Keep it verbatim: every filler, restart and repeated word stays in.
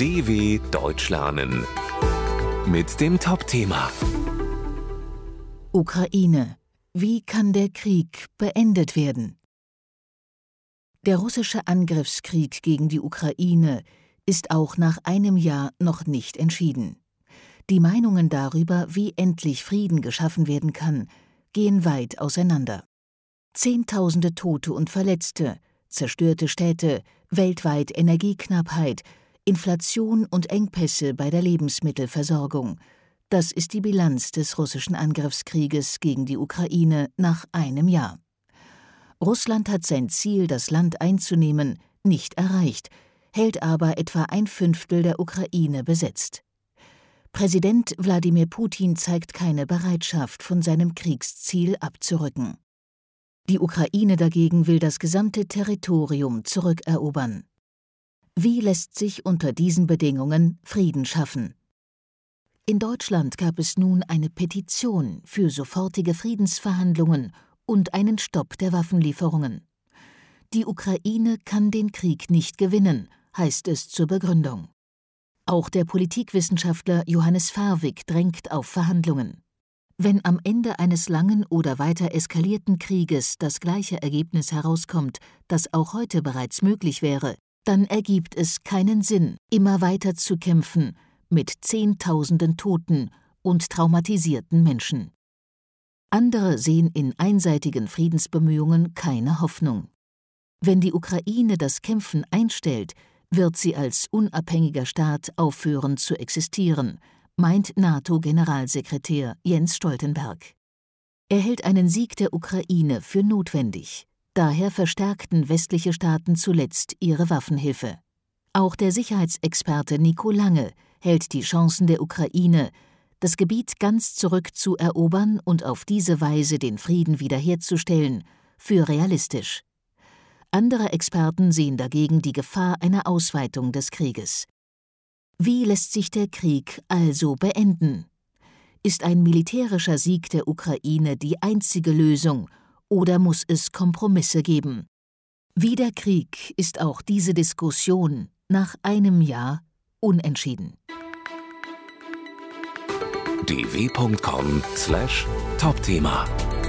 D W Deutsch lernen mit dem Top-Thema Ukraine. Wie kann der Krieg beendet werden? Der russische Angriffskrieg gegen die Ukraine ist auch nach einem Jahr noch nicht entschieden. Die Meinungen darüber, wie endlich Frieden geschaffen werden kann, gehen weit auseinander. Zehntausende Tote und Verletzte, zerstörte Städte, weltweit Energieknappheit, Inflation und Engpässe bei der Lebensmittelversorgung. Das ist die Bilanz des russischen Angriffskrieges gegen die Ukraine nach einem Jahr. Russland hat sein Ziel, das Land einzunehmen, nicht erreicht, hält aber etwa ein Fünftel der Ukraine besetzt. Präsident Wladimir Putin zeigt keine Bereitschaft, von seinem Kriegsziel abzurücken. Die Ukraine dagegen will das gesamte Territorium zurückerobern. Wie lässt sich unter diesen Bedingungen Frieden schaffen? In Deutschland gab es nun eine Petition für sofortige Friedensverhandlungen und einen Stopp der Waffenlieferungen. Die Ukraine kann den Krieg nicht gewinnen, heißt es zur Begründung. Auch der Politikwissenschaftler Johannes Farwig drängt auf Verhandlungen. Wenn am Ende eines langen oder weiter eskalierten Krieges das gleiche Ergebnis herauskommt, das auch heute bereits möglich wäre, dann ergibt es keinen Sinn, immer weiter zu kämpfen, mit Zehntausenden Toten und traumatisierten Menschen. Andere sehen in einseitigen Friedensbemühungen keine Hoffnung. Wenn die Ukraine das Kämpfen einstellt, wird sie als unabhängiger Staat aufhören zu existieren, meint NATO-Generalsekretär Jens Stoltenberg. Er hält einen Sieg der Ukraine für notwendig. Daher verstärkten westliche Staaten zuletzt ihre Waffenhilfe. Auch der Sicherheitsexperte Nico Lange hält die Chancen der Ukraine, das Gebiet ganz zurückzuerobern und auf diese Weise den Frieden wiederherzustellen, für realistisch. Andere Experten sehen dagegen die Gefahr einer Ausweitung des Krieges. Wie lässt sich der Krieg also beenden? Ist ein militärischer Sieg der Ukraine die einzige Lösung oder muss es Kompromisse geben? Wie der Krieg ist auch diese Diskussion nach einem Jahr unentschieden. d w punkt com slash Top-Thema